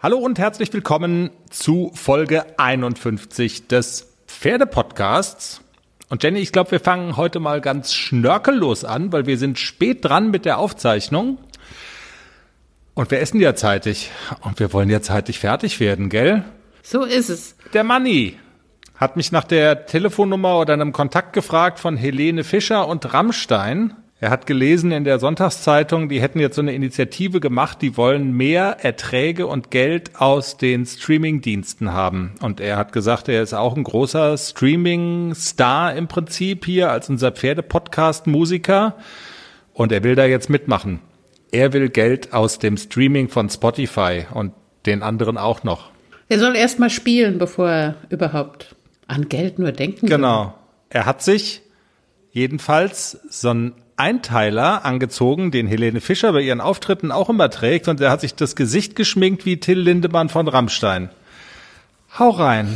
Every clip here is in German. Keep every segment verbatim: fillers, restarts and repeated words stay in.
Hallo und herzlich willkommen zu Folge einundfünfzig des Pferdepodcasts. Und Jenny, ich glaube, wir fangen heute mal ganz schnörkellos an, weil wir sind spät dran mit der Aufzeichnung. Und wir essen ja zeitig. Und wir wollen ja zeitig fertig werden, gell? So ist es. Der Manni hat mich nach der Telefonnummer oder einem Kontakt gefragt von Helene Fischer und Rammstein. Er hat gelesen in der Sonntagszeitung, die hätten jetzt so eine Initiative gemacht, die wollen mehr Erträge und Geld aus den Streaming-Diensten haben. Und er hat gesagt, er ist auch ein großer Streaming-Star im Prinzip hier als unser Pferde-Podcast-Musiker. Und er will da jetzt mitmachen. Er will Geld aus dem Streaming von Spotify und den anderen auch noch. Er soll erst mal spielen, bevor er überhaupt an Geld nur denken kann. Genau. Er hat sich jedenfalls so ein Einteiler angezogen, den Helene Fischer bei ihren Auftritten auch immer trägt, und er hat sich das Gesicht geschminkt wie Till Lindemann von Rammstein. Hau rein.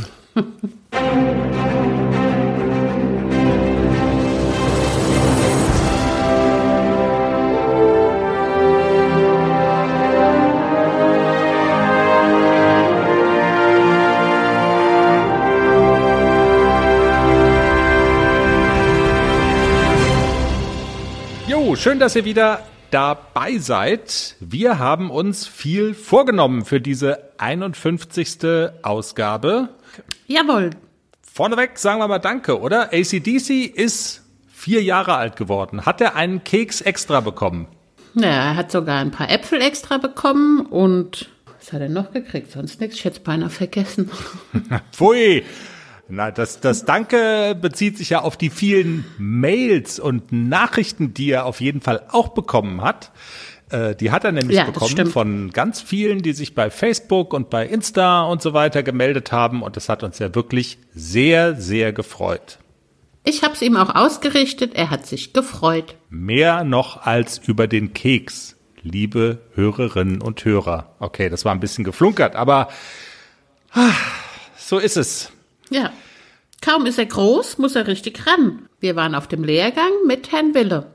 Schön, dass ihr wieder dabei seid. Wir haben uns viel vorgenommen für diese einundfünfzigste Ausgabe. Jawohl. Vorneweg sagen wir mal Danke, oder? A C D C ist vier Jahre alt geworden. Hat er einen Keks extra bekommen? Ja, er hat sogar ein paar Äpfel extra bekommen und was hat er noch gekriegt? Sonst nichts. Ich hätte es beinahe vergessen. Pfui. Na, das, das Danke bezieht sich ja auf die vielen Mails und Nachrichten, die er auf jeden Fall auch bekommen hat. Äh, die hat er nämlich ja, bekommen von ganz vielen, die sich bei Facebook und bei Insta und so weiter gemeldet haben. Und das hat uns ja wirklich sehr, sehr gefreut. Ich habe es ihm auch ausgerichtet. Er hat sich gefreut. Mehr noch als über den Keks, liebe Hörerinnen und Hörer. Okay, das war ein bisschen geflunkert, aber ah, so ist es. Ja, kaum ist er groß, muss er richtig ran. Wir waren auf dem Lehrgang mit Herrn Wille.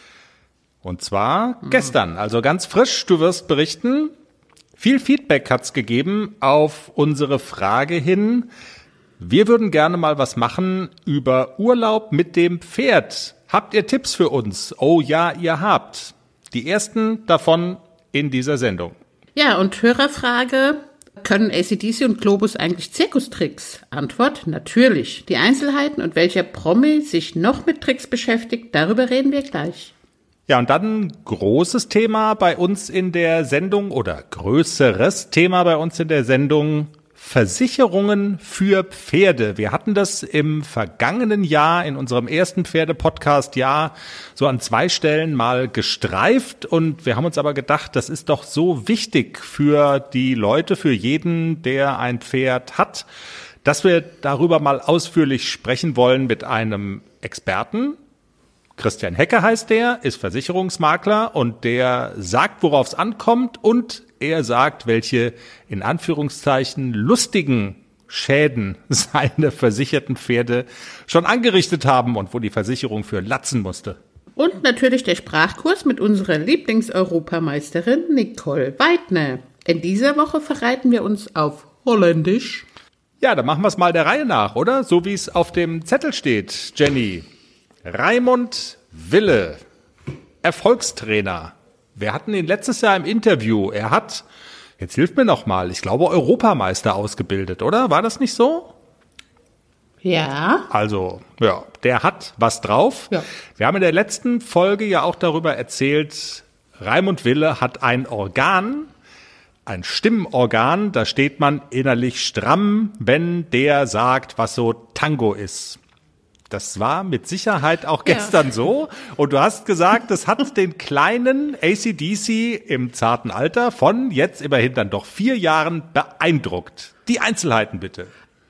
Und zwar mhm. gestern, also ganz frisch. Du wirst berichten. Viel Feedback hat's gegeben auf unsere Frage hin. Wir würden gerne mal was machen über Urlaub mit dem Pferd. Habt ihr Tipps für uns? Oh ja, ihr habt. Die ersten davon in dieser Sendung. Ja, und Hörerfrage: Können A C D C und Globus eigentlich Zirkustricks? Antwort: Natürlich. Die Einzelheiten und welcher Promi sich noch mit Tricks beschäftigt, darüber reden wir gleich. Ja, und dann ein großes Thema bei uns in der Sendung oder größeres Thema bei uns in der Sendung: Versicherungen für Pferde. Wir hatten das im vergangenen Jahr, in unserem ersten Pferde-Podcast-Jahr, so an zwei Stellen mal gestreift. Und wir haben uns aber gedacht, das ist doch so wichtig für die Leute, für jeden, der ein Pferd hat, dass wir darüber mal ausführlich sprechen wollen mit einem Experten. Christian Hecke heißt der, ist Versicherungsmakler und der sagt, worauf es ankommt, und er sagt, welche in Anführungszeichen lustigen Schäden seine versicherten Pferde schon angerichtet haben und wo die Versicherung für latzen musste. Und natürlich der Sprachkurs mit unserer Lieblingseuropameisterin Nicole Weidner. In dieser Woche verreiten wir uns auf Holländisch. Ja, dann machen wir es mal der Reihe nach, oder? So wie es auf dem Zettel steht, Jenny. Raimund Wille, Erfolgstrainer. Wir hatten ihn letztes Jahr im Interview. Er hat, jetzt hilft mir noch mal, ich glaube Europameister ausgebildet, oder? War das nicht so? Ja. Also, ja, der hat was drauf. Ja. Wir haben in der letzten Folge ja auch darüber erzählt, Raimund Wille hat ein Organ, ein Stimmenorgan, da steht man innerlich stramm, wenn der sagt, was so Tango ist. Das war mit Sicherheit auch gestern ja. so. Und du hast gesagt, das hat den kleinen A C D C im zarten Alter von jetzt immerhin dann doch vier Jahren beeindruckt. Die Einzelheiten bitte.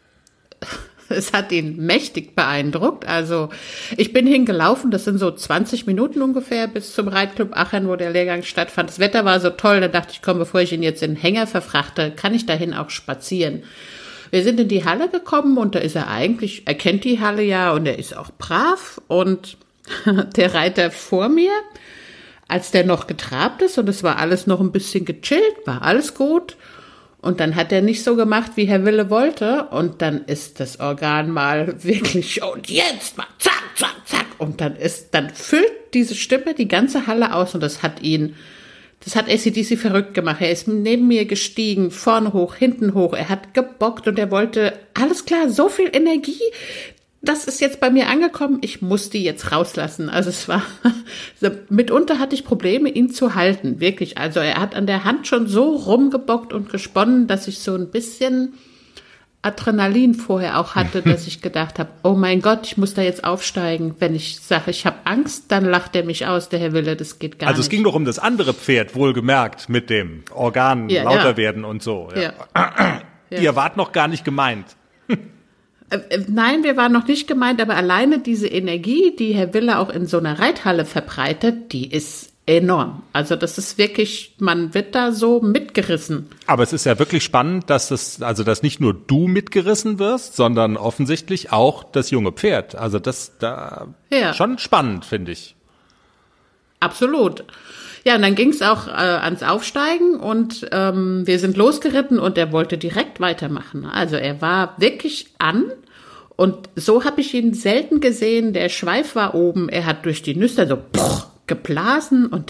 Es hat ihn mächtig beeindruckt. Also ich bin hingelaufen, das sind so zwanzig Minuten ungefähr bis zum Reitclub Aachen, wo der Lehrgang stattfand. Das Wetter war so toll, da dachte ich, komm, bevor ich ihn jetzt in den Hänger verfrachte, kann ich dahin auch spazieren. Wir sind in die Halle gekommen und da ist er eigentlich, er kennt die Halle ja und er ist auch brav. Und der Reiter vor mir, als der noch getrabt ist und es war alles noch ein bisschen gechillt, war alles gut. Und dann hat er nicht so gemacht, wie Herr Wille wollte. Und dann ist das Organ mal wirklich, und jetzt mal zack, zack, zack. Und dann ist, dann füllt diese Stimme die ganze Halle aus. Und das hat ihn, das hat A C D C verrückt gemacht. Er ist neben mir gestiegen, vorne hoch, hinten hoch. Er hat gebockt und er wollte, alles klar, so viel Energie. Das ist jetzt bei mir angekommen, ich muss die jetzt rauslassen. Also es war, mitunter hatte ich Probleme, ihn zu halten, wirklich. Also er hat an der Hand schon so rumgebockt und gesponnen, dass ich so ein bisschen Adrenalin vorher auch hatte, dass ich gedacht habe, oh mein Gott, ich muss da jetzt aufsteigen. Wenn ich sage, ich habe Angst, dann lacht er mich aus, der Herr Wille, das geht gar nicht. Also es ging doch um das andere Pferd, wohlgemerkt, mit dem Organ ja, lauter ja. werden und so. Ja. Ja. Ihr wart noch gar nicht gemeint. Nein, wir waren noch nicht gemeint, aber alleine diese Energie, die Herr Wille auch in so einer Reithalle verbreitet, die ist enorm. Also das ist wirklich, man wird da so mitgerissen. Aber es ist ja wirklich spannend, dass das, also dass nicht nur du mitgerissen wirst, sondern offensichtlich auch das junge Pferd. Also das da ja. schon spannend, finde ich. Absolut. Ja, und dann ging es auch äh, ans Aufsteigen und ähm, wir sind losgeritten und er wollte direkt weitermachen. Also er war wirklich an und so habe ich ihn selten gesehen. Der Schweif war oben, er hat durch die Nüster so poch, geblasen und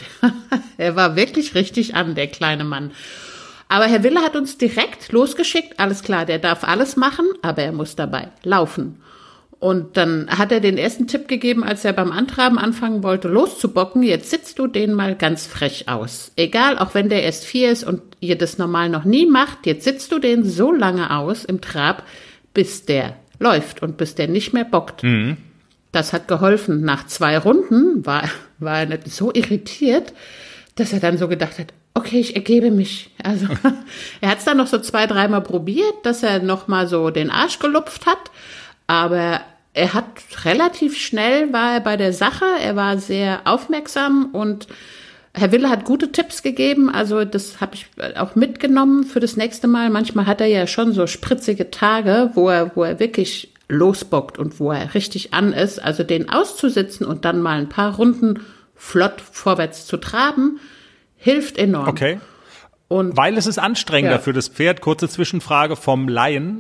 er war wirklich richtig an, der kleine Mann. Aber Herr Wille hat uns direkt losgeschickt. Alles klar, der darf alles machen, aber er muss dabei laufen. Und dann hat er den ersten Tipp gegeben, als er beim Antraben anfangen wollte, loszubocken. Jetzt sitzt du den mal ganz frech aus. Egal, auch wenn der erst vier ist und ihr das normal noch nie macht, jetzt sitzt du den so lange aus im Trab, bis der läuft und bis der nicht mehr bockt. Mhm. Das hat geholfen. Nach zwei Runden war, war er nicht so irritiert, dass er dann so gedacht hat, okay, ich ergebe mich. Also er hat es dann noch so zwei, dreimal probiert, dass er noch mal so den Arsch gelupft hat. Aber er hat relativ schnell, war er bei der Sache, er war sehr aufmerksam und Herr Wille hat gute Tipps gegeben, also das habe ich auch mitgenommen für das nächste Mal. Manchmal hat er ja schon so spritzige Tage, wo er, wo er wirklich losbockt und wo er richtig an ist. Also den auszusitzen und dann mal ein paar Runden flott vorwärts zu traben, hilft enorm. Okay, und weil es ist anstrengender ja. für das Pferd. Kurze Zwischenfrage vom Laien.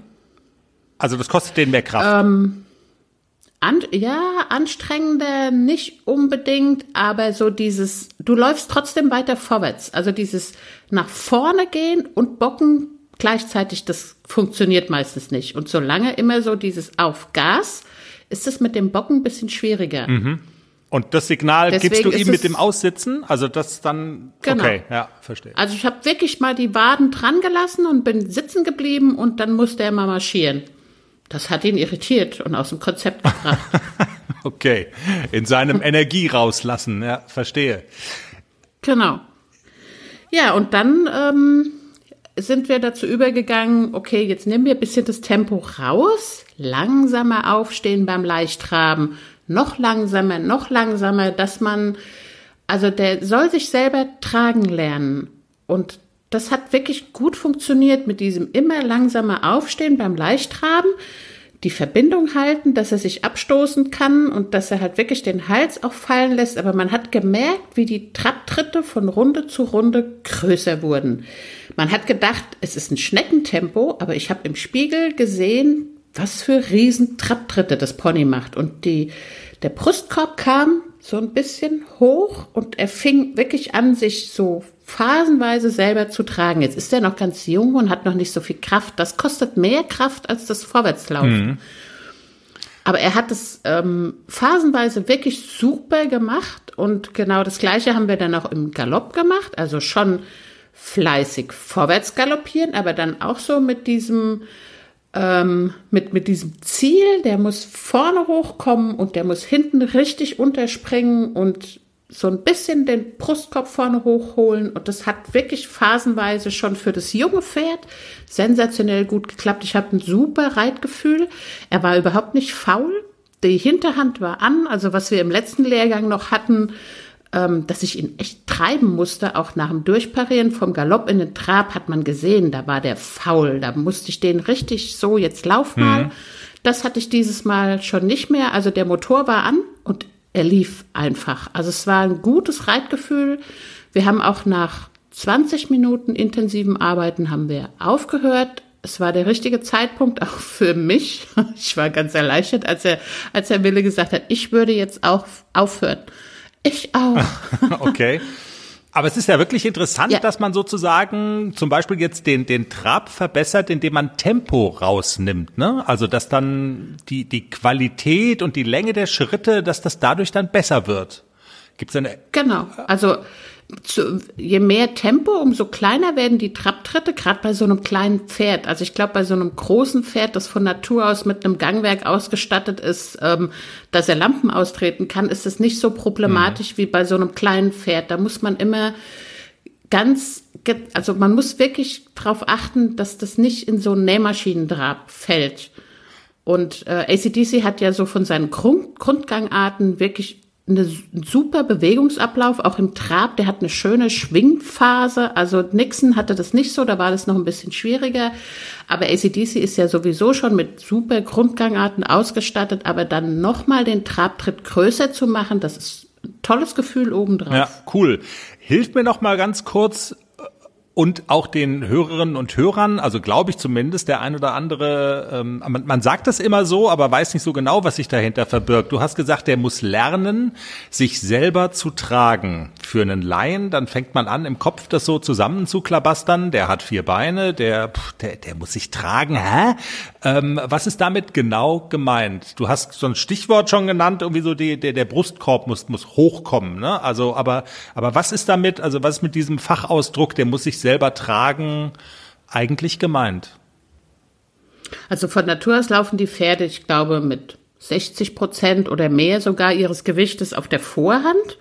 Also das kostet denen mehr Kraft. Ähm, an, ja, anstrengender nicht unbedingt, aber so dieses, du läufst trotzdem weiter vorwärts. Also dieses nach vorne gehen und bocken gleichzeitig, das funktioniert meistens nicht. Und solange immer so dieses auf Gas, ist es mit dem Bocken ein bisschen schwieriger. Mhm. Und das Signal Deswegen gibst du ihm mit es, dem Aussitzen? Also das dann, genau. Okay, ja, verstehe. Also ich habe wirklich mal die Waden dran gelassen und bin sitzen geblieben und dann musste er mal marschieren. Das hat ihn irritiert und aus dem Konzept gebracht. Okay, in seinem Energie rauslassen, ja, verstehe. Genau. Ja, und dann ähm, sind wir dazu übergegangen, okay, jetzt nehmen wir ein bisschen das Tempo raus, langsamer aufstehen beim Leichttraben, noch langsamer, noch langsamer, dass man, also der soll sich selber tragen lernen. Und das hat wirklich gut funktioniert mit diesem immer langsamer Aufstehen beim Leichttraben, die Verbindung halten, dass er sich abstoßen kann und dass er halt wirklich den Hals auch fallen lässt. Aber man hat gemerkt, wie die Trabtritte von Runde zu Runde größer wurden. Man hat gedacht, es ist ein Schneckentempo, aber ich habe im Spiegel gesehen, was für riesen Trabtritte das Pony macht. Und die, der Brustkorb kam so ein bisschen hoch und er fing wirklich an, sich so phasenweise selber zu tragen. Jetzt ist er noch ganz jung und hat noch nicht so viel Kraft. Das kostet mehr Kraft als das Vorwärtslaufen. Mhm. Aber er hat es ähm, phasenweise wirklich super gemacht und genau das Gleiche haben wir dann auch im Galopp gemacht. Also schon fleißig vorwärts galoppieren, aber dann auch so mit diesem ähm, mit mit diesem Ziel, der muss vorne hochkommen und der muss hinten richtig unterspringen und so ein bisschen den Brustkorb vorne hochholen. Und das hat wirklich phasenweise schon für das junge Pferd sensationell gut geklappt. Ich habe ein super Reitgefühl. Er war überhaupt nicht faul. Die Hinterhand war an. Also was wir im letzten Lehrgang noch hatten, ähm, dass ich ihn echt treiben musste, auch nach dem Durchparieren vom Galopp in den Trab hat man gesehen, da war der faul. Da musste ich den richtig so, jetzt lauf mal. Mhm. Das hatte ich dieses Mal schon nicht mehr. Also der Motor war an und er lief einfach. Also es war ein gutes Reitgefühl. Wir haben auch nach zwanzig Minuten intensiven Arbeiten haben wir aufgehört. Es war der richtige Zeitpunkt auch für mich. Ich war ganz erleichtert, als er, als Herr Wille gesagt hat, ich würde jetzt auch aufhören. Ich auch. Okay. Aber es ist ja wirklich interessant, ja. dass man sozusagen zum Beispiel jetzt den, den Trab verbessert, indem man Tempo rausnimmt, ne? Also, dass dann die, die Qualität und die Länge der Schritte, dass das dadurch dann besser wird. Gibt's eine? Genau. Also, zu, je mehr Tempo, umso kleiner werden die Trabtritte, gerade bei so einem kleinen Pferd. Also ich glaube, bei so einem großen Pferd, das von Natur aus mit einem Gangwerk ausgestattet ist, ähm, dass er Lampen austreten kann, ist es nicht so problematisch mhm. wie bei so einem kleinen Pferd. Da muss man immer ganz, also man muss wirklich darauf achten, dass das nicht in so einen Nähmaschinentrab fällt. Und äh, A C D C hat ja so von seinen Grund, Grundgangarten wirklich eine super Bewegungsablauf, auch im Trab, der hat eine schöne Schwingphase, also Nixon hatte das nicht so, da war das noch ein bisschen schwieriger, aber A C D C ist ja sowieso schon mit super Grundgangarten ausgestattet, aber dann nochmal den Trabtritt größer zu machen, das ist ein tolles Gefühl obendrauf. Ja, cool. Hilf mir noch mal ganz kurz und auch den Hörerinnen und Hörern, also glaube ich zumindest, der ein oder andere, ähm, man, man sagt das immer so, aber weiß nicht so genau, was sich dahinter verbirgt. Du hast gesagt, der muss lernen, sich selber zu tragen. Für einen Laien, dann fängt man an, im Kopf das so zusammenzuklabastern. Der hat vier Beine, der, pff, der, der muss sich tragen. Hä? Ähm, was ist damit genau gemeint? Du hast so ein Stichwort schon genannt, irgendwie so die, der, der Brustkorb muss, muss hochkommen, ne? Also, aber, aber was ist damit, also was ist mit diesem Fachausdruck, der muss sich selber tragen, eigentlich gemeint? Also von Natur aus laufen die Pferde, ich glaube, mit sechzig Prozent oder mehr sogar ihres Gewichtes auf der Vorhand.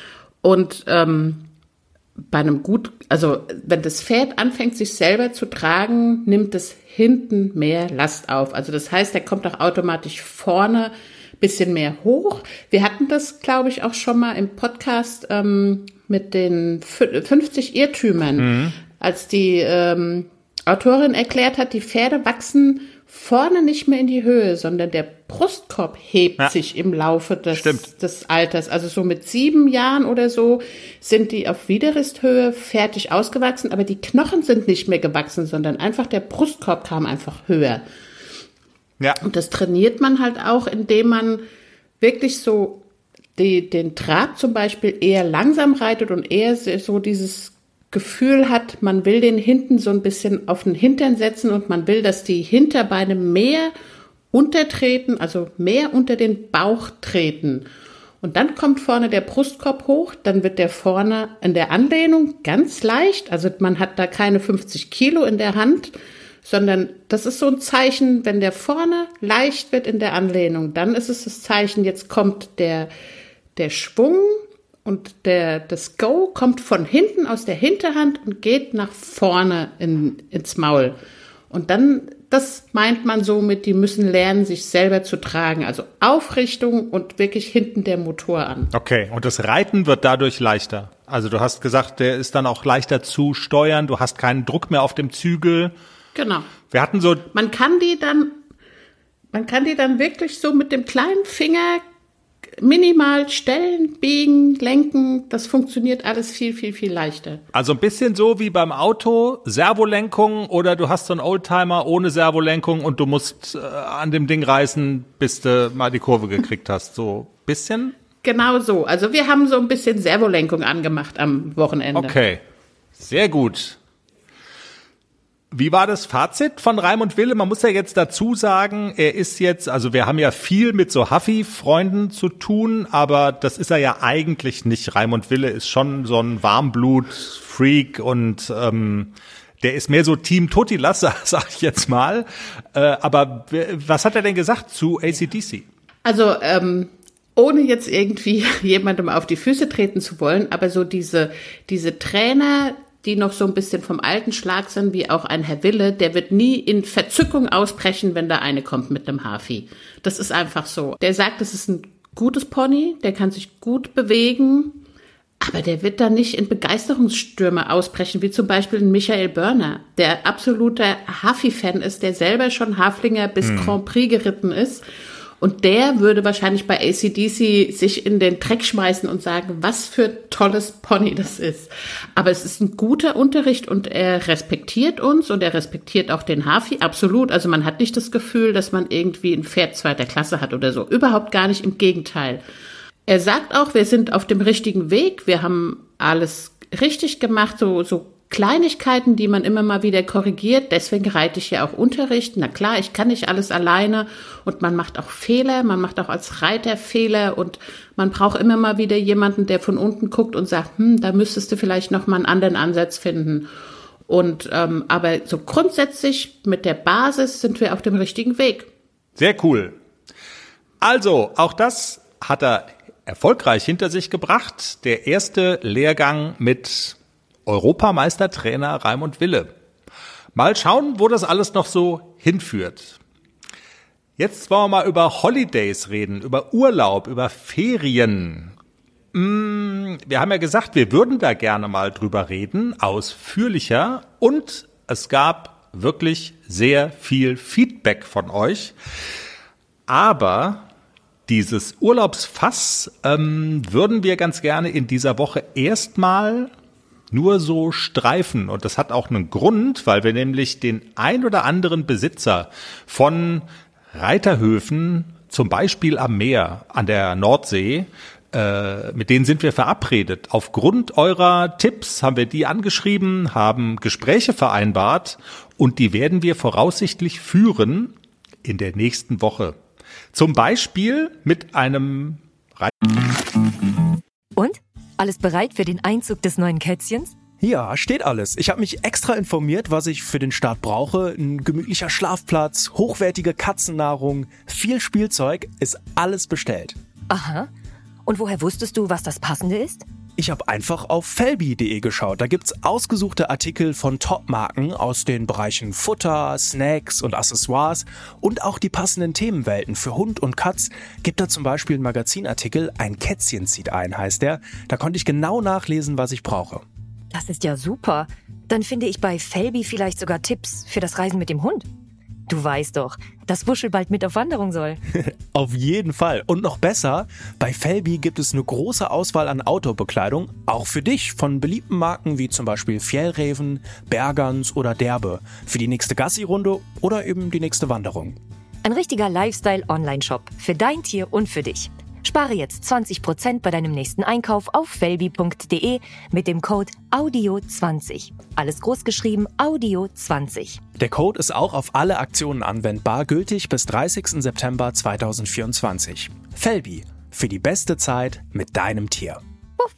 Und ähm, bei einem gut, also wenn das Pferd anfängt, sich selber zu tragen, nimmt es hinten mehr Last auf. Also das heißt, er kommt auch automatisch vorne ein bisschen mehr hoch. Wir hatten das, glaube ich, auch schon mal im Podcast ähm, mit den fünfzig Irrtümern, mhm. als die ähm, Autorin erklärt hat, die Pferde wachsen vorne nicht mehr in die Höhe, sondern der Brustkorb hebt ja. sich im Laufe des, des Alters. Also so mit sieben Jahren oder so sind die auf Widerristhöhe fertig ausgewachsen, aber die Knochen sind nicht mehr gewachsen, sondern einfach der Brustkorb kam einfach höher. Ja. Und das trainiert man halt auch, indem man wirklich so die, den Trab zum Beispiel eher langsam reitet und eher so dieses Gefühl hat, man will den hinten so ein bisschen auf den Hintern setzen und man will, dass die Hinterbeine mehr untertreten, also mehr unter den Bauch treten. Und dann kommt vorne der Brustkorb hoch, dann wird der vorne in der Anlehnung ganz leicht, also man hat da keine fünfzig Kilo in der Hand, sondern das ist so ein Zeichen, wenn der vorne leicht wird in der Anlehnung, dann ist es das Zeichen, jetzt kommt der, der Schwung und der, das Go kommt von hinten aus der Hinterhand und geht nach vorne in, ins Maul. Und dann, das meint man so mit, die müssen lernen, sich selber zu tragen. Also Aufrichtung und wirklich hinten der Motor an. Okay, und das Reiten wird dadurch leichter. Also du hast gesagt, der ist dann auch leichter zu steuern. Du hast keinen Druck mehr auf dem Zügel. Genau. Wir hatten so. Man kann die dann, man kann die dann wirklich so mit dem kleinen Finger minimal stellen, biegen, lenken, das funktioniert alles viel, viel, viel leichter. Also ein bisschen so wie beim Auto, Servolenkung oder du hast so einen Oldtimer ohne Servolenkung und du musst äh, an dem Ding reißen, bis du mal die Kurve gekriegt hast. So ein bisschen? Genau so. Also wir haben so ein bisschen Servolenkung angemacht am Wochenende. Okay, sehr gut. Wie war das Fazit von Raimund Wille? Man muss ja jetzt dazu sagen, er ist jetzt, also wir haben ja viel mit so Huffy-Freunden zu tun, aber das ist er ja eigentlich nicht. Raimund Wille ist schon so ein Warmblut-Freak und ähm, der ist mehr so Team Totilas, sag ich jetzt mal. Äh, aber was hat er denn gesagt zu A C D C? Also ähm ohne jetzt irgendwie jemandem auf die Füße treten zu wollen, aber so diese diese Trainer, die noch so ein bisschen vom alten Schlag sind, wie auch ein Herr Wille, der wird nie in Verzückung ausbrechen, wenn da eine kommt mit einem Hafi. Das ist einfach so. Der sagt, das ist ein gutes Pony, der kann sich gut bewegen, aber der wird da nicht in Begeisterungsstürme ausbrechen, wie zum Beispiel ein Michael Börner, der absoluter Hafi-Fan ist, der selber schon Haflinger bis hm. Grand Prix geritten ist. Und der würde wahrscheinlich bei A C D C sich in den Dreck schmeißen und sagen, was für ein tolles Pony das ist. Aber es ist ein guter Unterricht und er respektiert uns und er respektiert auch den Hafi, absolut. Also man hat nicht das Gefühl, dass man irgendwie ein Pferd zweiter Klasse hat oder so. Überhaupt gar nicht, im Gegenteil. Er sagt auch, wir sind auf dem richtigen Weg, wir haben alles richtig gemacht, so, so Kleinigkeiten, die man immer mal wieder korrigiert. Deswegen reite ich ja auch Unterricht. Na klar, ich kann nicht alles alleine und man macht auch Fehler. Man macht auch als Reiter Fehler und man braucht immer mal wieder jemanden, der von unten guckt und sagt, hm, da müsstest du vielleicht noch mal einen anderen Ansatz finden. Und ähm, aber so grundsätzlich mit der Basis sind wir auf dem richtigen Weg. Sehr cool. Also, auch das hat er erfolgreich hinter sich gebracht. Der erste Lehrgang mit Europameistertrainer Raimund Wille. Mal schauen, wo das alles noch so hinführt. Jetzt wollen wir mal über Holidays reden, über Urlaub, über Ferien. Wir haben ja gesagt, wir würden da gerne mal drüber reden, ausführlicher. Und es gab wirklich sehr viel Feedback von euch. Aber dieses Urlaubsfass ähm, würden wir ganz gerne in dieser Woche erstmal nur so streifen. Und das hat auch einen Grund, weil wir nämlich den ein oder anderen Besitzer von Reiterhöfen, zum Beispiel am Meer, an der Nordsee, äh, mit denen sind wir verabredet. Aufgrund eurer Tipps haben wir die angeschrieben, haben Gespräche vereinbart und die werden wir voraussichtlich führen in der nächsten Woche. Zum Beispiel mit einem Reiter. Und? Alles bereit für den Einzug des neuen Kätzchens? Ja, steht alles. Ich habe mich extra informiert, was ich für den Start brauche. Ein gemütlicher Schlafplatz, hochwertige Katzennahrung, viel Spielzeug, ist alles bestellt. Aha. Und woher wusstest du, was das Passende ist? Ich habe einfach auf felby punkt de geschaut. Da gibt's ausgesuchte Artikel von Top-Marken aus den Bereichen Futter, Snacks und Accessoires und auch die passenden Themenwelten für Hund und Katz. Gibt da zum Beispiel einen Magazinartikel, ein Kätzchen zieht ein, heißt der. Da konnte ich genau nachlesen, was ich brauche. Das ist ja super. Dann finde ich bei Felby vielleicht sogar Tipps für das Reisen mit dem Hund. Du weißt doch, dass Wuschel bald mit auf Wanderung soll. Auf jeden Fall. Und noch besser, bei Felby gibt es eine große Auswahl an Outdoor-Bekleidung, auch für dich, von beliebten Marken wie zum Beispiel Fjällräven, Bergans oder Derbe, für die nächste Gassi-Runde oder eben die nächste Wanderung. Ein richtiger Lifestyle-Online-Shop für dein Tier und für dich. Spare jetzt zwanzig Prozent bei deinem nächsten Einkauf auf felby punkt de mit dem Code Audio zwanzig. Alles großgeschrieben, Audio zwanzig. Der Code ist auch auf alle Aktionen anwendbar, gültig bis dreißigsten September zweitausendvierundzwanzig. Felby, für die beste Zeit mit deinem Tier. Puff.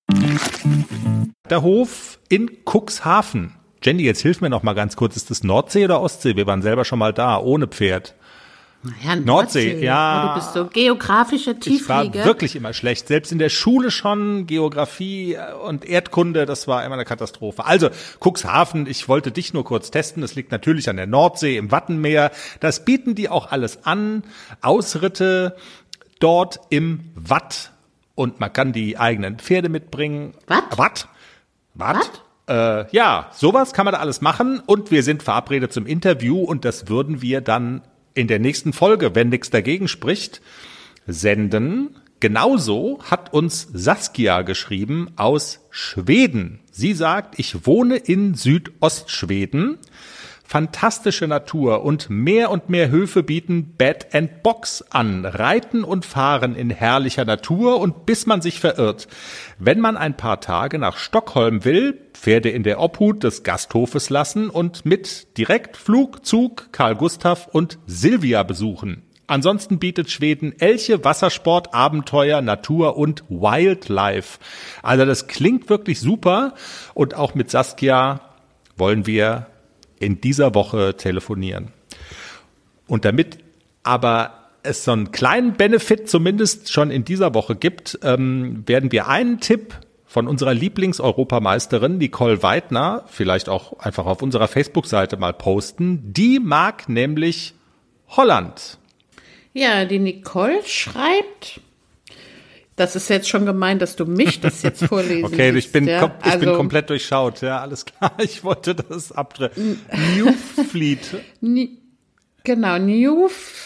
Der Hof in Cuxhaven. Jenny, jetzt hilf mir noch mal ganz kurz. Ist das Nordsee oder Ostsee? Wir waren selber schon mal da, ohne Pferd. Ja, Nordsee, Nordsee, ja. Oh, du bist so geografische Tiefflieger. Ich war wirklich immer schlecht. Selbst in der Schule schon, Geografie und Erdkunde, das war immer eine Katastrophe. Also, Cuxhaven, ich wollte dich nur kurz testen. Das liegt natürlich an der Nordsee, im Wattenmeer. Das bieten die auch alles an. Ausritte dort im Watt. Und man kann die eigenen Pferde mitbringen. Watt? Watt? Watt? Äh, ja, sowas kann man da alles machen. Und wir sind verabredet zum Interview und das würden wir dann in der nächsten Folge, wenn nichts dagegen spricht, senden. Genauso hat uns Saskia geschrieben aus Schweden. Sie sagt, ich wohne in Südostschweden. Fantastische Natur und mehr und mehr Höfe bieten Bed and Box an. Reiten und Fahren in herrlicher Natur und bis man sich verirrt. Wenn man ein paar Tage nach Stockholm will, Pferde in der Obhut des Gasthofes lassen und mit Direktflug, Zug, Karl Gustav und Silvia besuchen. Ansonsten bietet Schweden Elche, Wassersport, Abenteuer, Natur und Wildlife. Also das klingt wirklich super und auch mit Saskia wollen wir in dieser Woche telefonieren. Und damit aber es so einen kleinen Benefit zumindest schon in dieser Woche gibt, ähm, werden wir einen Tipp von unserer Lieblings-Europameisterin Nicole Weidner, vielleicht auch einfach auf unserer Facebook-Seite mal posten. Die mag nämlich Holland. Ja, die Nicole schreibt, das ist jetzt schon gemein, dass du mich das jetzt vorlesen Okay, willst, ich bin ja? kom- ich also, bin komplett durchschaut. Ja, alles klar. Ich wollte das abdrehen. Newfleet. Ni- genau, Newf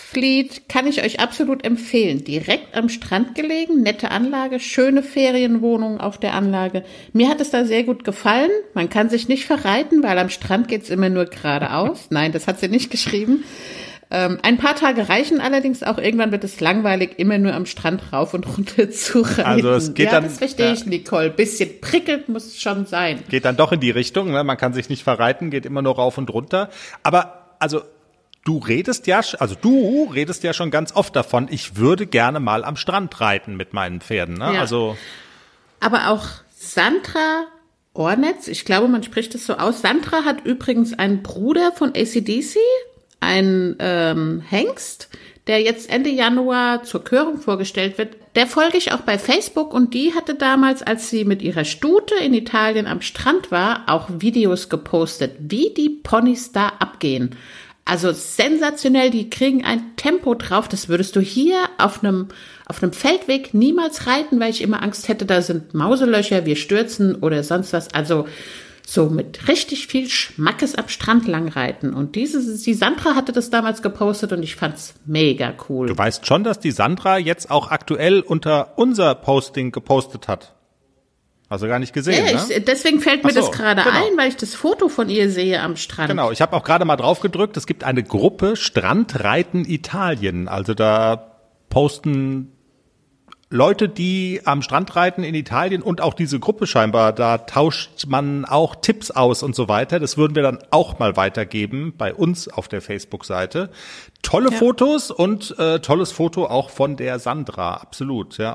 Fleet kann ich euch absolut empfehlen. Direkt am Strand gelegen, nette Anlage, schöne Ferienwohnung auf der Anlage. Mir hat es da sehr gut gefallen. Man kann sich nicht verreiten, weil am Strand geht's immer nur geradeaus. Nein, das hat sie nicht geschrieben. Ähm, ein paar Tage reichen allerdings auch. Irgendwann wird es langweilig, immer nur am Strand rauf und runter zu reiten. Also es geht ja, dann, das verstehe ja. ich, Nicole. Bisschen prickelt muss es schon sein. Geht dann doch in die Richtung, ne? Man kann sich nicht verreiten, geht immer nur rauf und runter. Aber also du redest ja, also du redest ja schon ganz oft davon, ich würde gerne mal am Strand reiten mit meinen Pferden. Ne? Ja. Also Aber auch Sandra Ornetz, ich glaube, man spricht es so aus. Sandra hat übrigens einen Bruder von A C D C, einen ähm, Hengst, der jetzt Ende Januar zur Körung vorgestellt wird. Der folge ich auch bei Facebook und die hatte damals, als sie mit ihrer Stute in Italien am Strand war, auch Videos gepostet, wie die Ponys da abgehen. Also sensationell, die kriegen ein Tempo drauf, das würdest du hier auf einem auf einem Feldweg niemals reiten, weil ich immer Angst hätte, da sind Mauselöcher, wir stürzen oder sonst was. Also so mit richtig viel Schmackes am Strand lang reiten. Und diese, die Sandra hatte das damals gepostet und ich fand's mega cool. du weißt schon, dass die Sandra jetzt auch aktuell unter unser Posting gepostet hat. Hast du gar nicht gesehen, Ja, ne? ich, deswegen fällt mir Ach so, das gerade genau. ein, weil ich das Foto von ihr sehe am Strand. Genau, ich habe auch gerade mal drauf gedrückt, es gibt eine Gruppe Strandreiten Italien. Also da posten Leute, die am Strand reiten in Italien und auch diese Gruppe scheinbar, da tauscht man auch Tipps aus und so weiter. Das würden wir dann auch mal weitergeben bei uns auf der Facebook-Seite. Tolle Ja. Fotos und äh, tolles Foto auch von der Sandra, absolut, ja.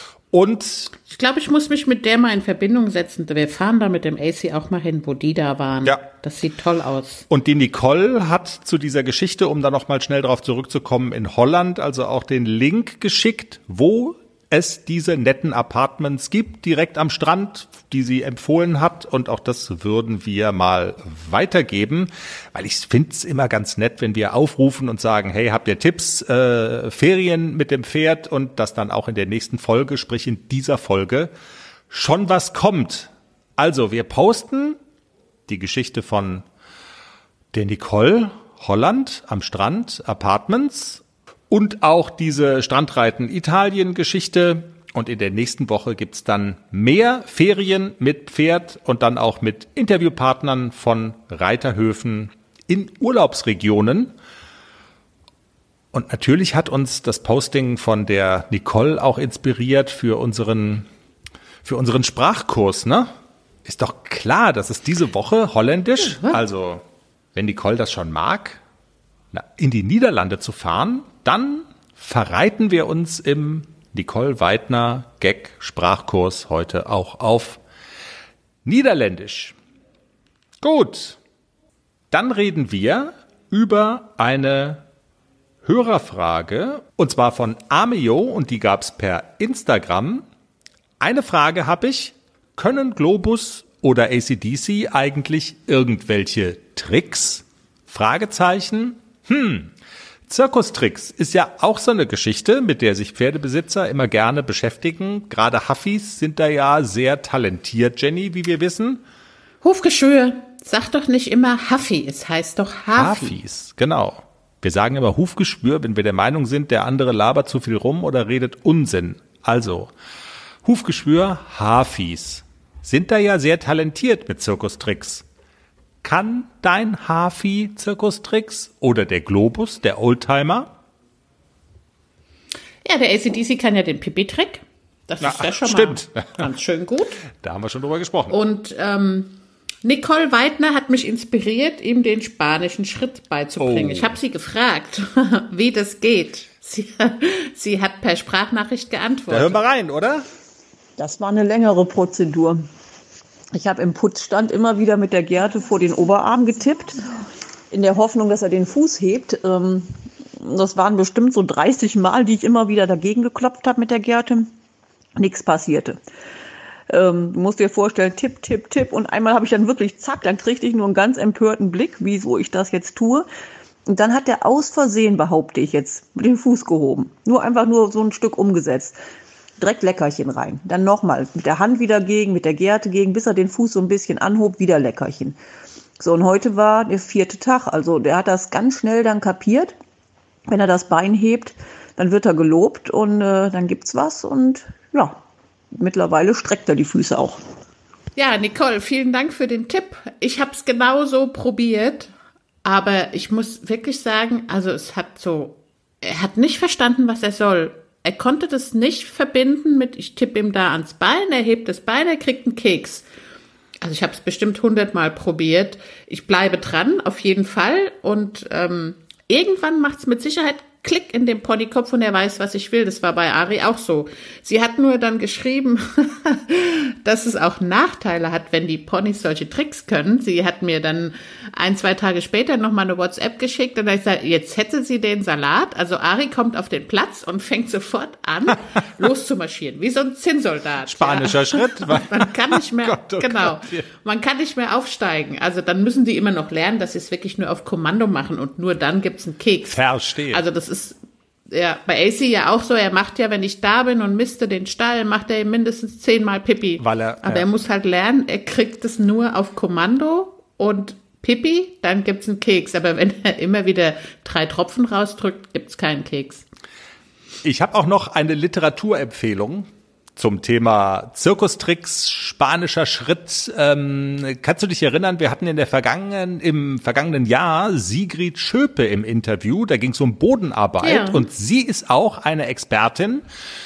Und Ich glaube, ich muss mich mit der mal in Verbindung setzen. Wir fahren da mit dem A C auch mal hin, wo die da waren. Ja. Das sieht toll aus. Und die Nicole hat zu dieser Geschichte, um da noch mal schnell drauf zurückzukommen, in Holland also auch den Link geschickt, wo es diese netten Apartments gibt, direkt am Strand, die sie empfohlen hat. Und auch das würden wir mal weitergeben, weil ich finde es immer ganz nett, wenn wir aufrufen und sagen, hey, habt ihr Tipps, äh, Ferien mit dem Pferd, und dass dann auch in der nächsten Folge, sprich in dieser Folge, schon was kommt. Also wir posten die Geschichte von der Nicole, Holland, am Strand, Apartments, und auch diese Strandreiten-Italien-Geschichte. Und in der nächsten Woche gibt's dann mehr Ferien mit Pferd und dann auch mit Interviewpartnern von Reiterhöfen in Urlaubsregionen. Und natürlich hat uns das Posting von der Nicole auch inspiriert für unseren, für unseren Sprachkurs, ne? Ist doch klar, dass es diese Woche Holländisch, also wenn Nicole das schon mag, na, in die Niederlande zu fahren, dann verreiten wir uns im Nicole Weidner Gag Sprachkurs heute auch auf Niederländisch. Gut, dann reden wir über eine Hörerfrage, und zwar von Amio, und die gab's per Instagram. Eine Frage habe ich: Können Globus oder A C D C eigentlich irgendwelche Tricks? Fragezeichen. Hm, Zirkustricks ist ja auch so eine Geschichte, mit der sich Pferdebesitzer immer gerne beschäftigen. Gerade Huffis sind da ja sehr talentiert, Jenny, wie wir wissen. Hufgeschwür. Sag doch nicht immer Huffy, es heißt doch Hafi. Hafis, genau. Wir sagen immer Hufgeschwür, wenn wir der Meinung sind, der andere labert zu viel rum oder redet Unsinn. Also, Hufgeschwür, Hafis sind da ja sehr talentiert mit Zirkustricks. Kann dein Hafi Zirkustricks oder der Globus, der Oldtimer? Ja, der A C D C kann ja den Pipi-Trick. Das Na, ist ja schon stimmt. mal ganz schön gut. Da haben wir schon drüber gesprochen. Und ähm, Nicole Weidner hat mich inspiriert, ihm den spanischen Schritt beizubringen. Oh. Ich habe sie gefragt, wie das geht. Sie, sie hat per Sprachnachricht Da hören geantwortet. wir rein, oder? Das war eine längere Prozedur. Ich habe im Putzstand immer wieder mit der Gerte vor den Oberarm getippt, in der Hoffnung, dass er den Fuß hebt. Ähm, Das waren bestimmt so dreißig Mal, die ich immer wieder dagegen geklopft habe mit der Gerte. Nichts passierte. Ähm, du musst dir vorstellen, tipp, tipp, tipp. Und einmal habe ich dann wirklich, zack, dann kriegte ich nur einen ganz empörten Blick, wieso ich das jetzt tue. Und dann hat der aus Versehen, behaupte ich jetzt, den Fuß gehoben. Nur einfach nur so ein Stück umgesetzt. Direkt Leckerchen rein. Dann nochmal mit der Hand wieder gegen, mit der Gerte gegen, bis er den Fuß so ein bisschen anhob, wieder Leckerchen. So, und heute war der vierte Tag. Also der hat das ganz schnell dann kapiert. Wenn er das Bein hebt, dann wird er gelobt und äh, dann gibt's was und ja, mittlerweile streckt er die Füße auch. Ja, Nicole, vielen Dank für den Tipp. Ich habe es genauso probiert, aber ich muss wirklich sagen, also es hat so, er hat nicht verstanden, was er soll. Er konnte das nicht verbinden mit, ich tippe ihm da ans Bein, er hebt das Bein, er kriegt einen Keks. Also ich habe es bestimmt hundertmal probiert. Ich bleibe dran, auf jeden Fall. Und ähm, irgendwann macht es mit Sicherheit Klick in dem Ponykopf und er weiß, was ich will. Das war bei Ari auch so. Sie hat nur dann geschrieben, dass es auch Nachteile hat, wenn die Ponys solche Tricks können. Sie hat mir dann ein, zwei Tage später nochmal eine WhatsApp geschickt und da ich gesagt, jetzt hätte sie den Salat. Also Ari kommt auf den Platz und fängt sofort an, loszumarschieren, wie so ein Zinnsoldat. Spanischer ja. Schritt. Man kann nicht mehr, Gott, oh genau, Gott. man kann nicht mehr aufsteigen. Also dann müssen die immer noch lernen, dass sie es wirklich nur auf Kommando machen und nur dann gibt's einen Keks. Verstehe. Also das ist ja bei A C ja auch so, er macht ja, wenn ich da bin und misste den Stall, macht er mindestens zehnmal Pipi. Weil er, Aber ja. er muss halt lernen, er kriegt es nur auf Kommando und Pipi, dann gibt's einen Keks. Aber wenn er immer wieder drei Tropfen rausdrückt, gibt's keinen Keks. Ich habe auch noch eine Literaturempfehlung zum Thema Zirkustricks, spanischer Schritt. Ähm, kannst du dich erinnern, wir hatten in der vergangenen, im vergangenen Jahr Sigrid Schöpe im Interview, da ging es um Bodenarbeit Ja. und sie ist auch eine Expertin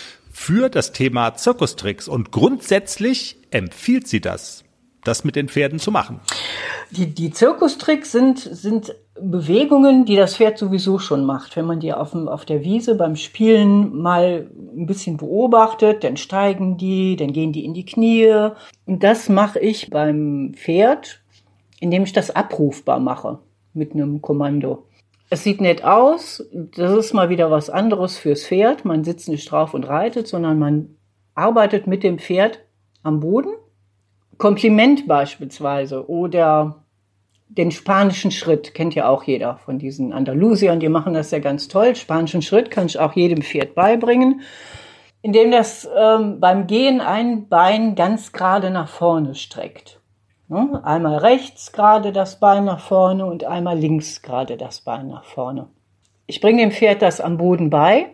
für das Thema Zirkustricks und grundsätzlich empfiehlt sie das, das mit den Pferden zu machen. Die, die Zirkustricks sind, sind Bewegungen, die das Pferd sowieso schon macht. Wenn man die auf, dem, auf der Wiese beim Spielen mal ein bisschen beobachtet, dann steigen die, dann gehen die in die Knie. Und das mache ich beim Pferd, indem ich das abrufbar mache mit einem Kommando. Es sieht nett aus, das ist mal wieder was anderes fürs Pferd. Man sitzt nicht drauf und reitet, sondern man arbeitet mit dem Pferd am Boden. Kompliment beispielsweise oder den spanischen Schritt, kennt ja auch jeder von diesen Andalusiern, die machen das ja ganz toll. Spanischen Schritt kann ich auch jedem Pferd beibringen, indem das ähm, beim Gehen ein Bein ganz gerade nach vorne streckt. Ne? Einmal rechts gerade das Bein nach vorne und einmal links gerade das Bein nach vorne. Ich bringe dem Pferd das am Boden bei